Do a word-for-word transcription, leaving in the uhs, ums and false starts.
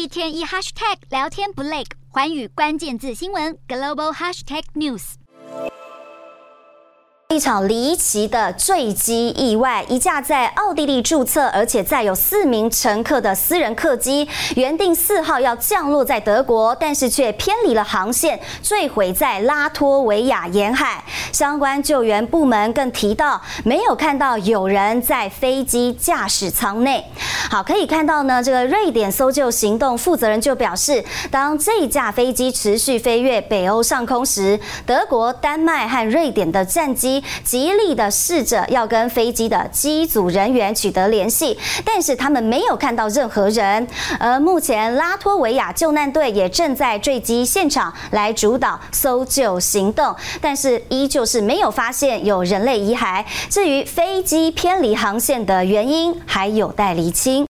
一天一 hashtag 聊天不累，寰宇关键字新闻 global hashtag news。 一场离奇的坠机意外，一架在奥地利注册而且载有四名乘客的私人客机，原定四号要降落在德国，但是却偏离了航线，坠毁在拉脱维亚沿海。相关救援部门更提到，没有看到有人在飞机驾驶舱内。好，可以看到呢，这个瑞典搜救行动负责人就表示，当这架飞机持续飞越北欧上空时，德国、丹麦和瑞典的战机极力的试着要跟飞机的机组人员取得联系，但是他们没有看到任何人。而目前拉脱维亚救难队也正在坠机现场来主导搜救行动，但是依旧是没有发现有人类遗骸。至于飞机偏离航线的原因，还有待厘清。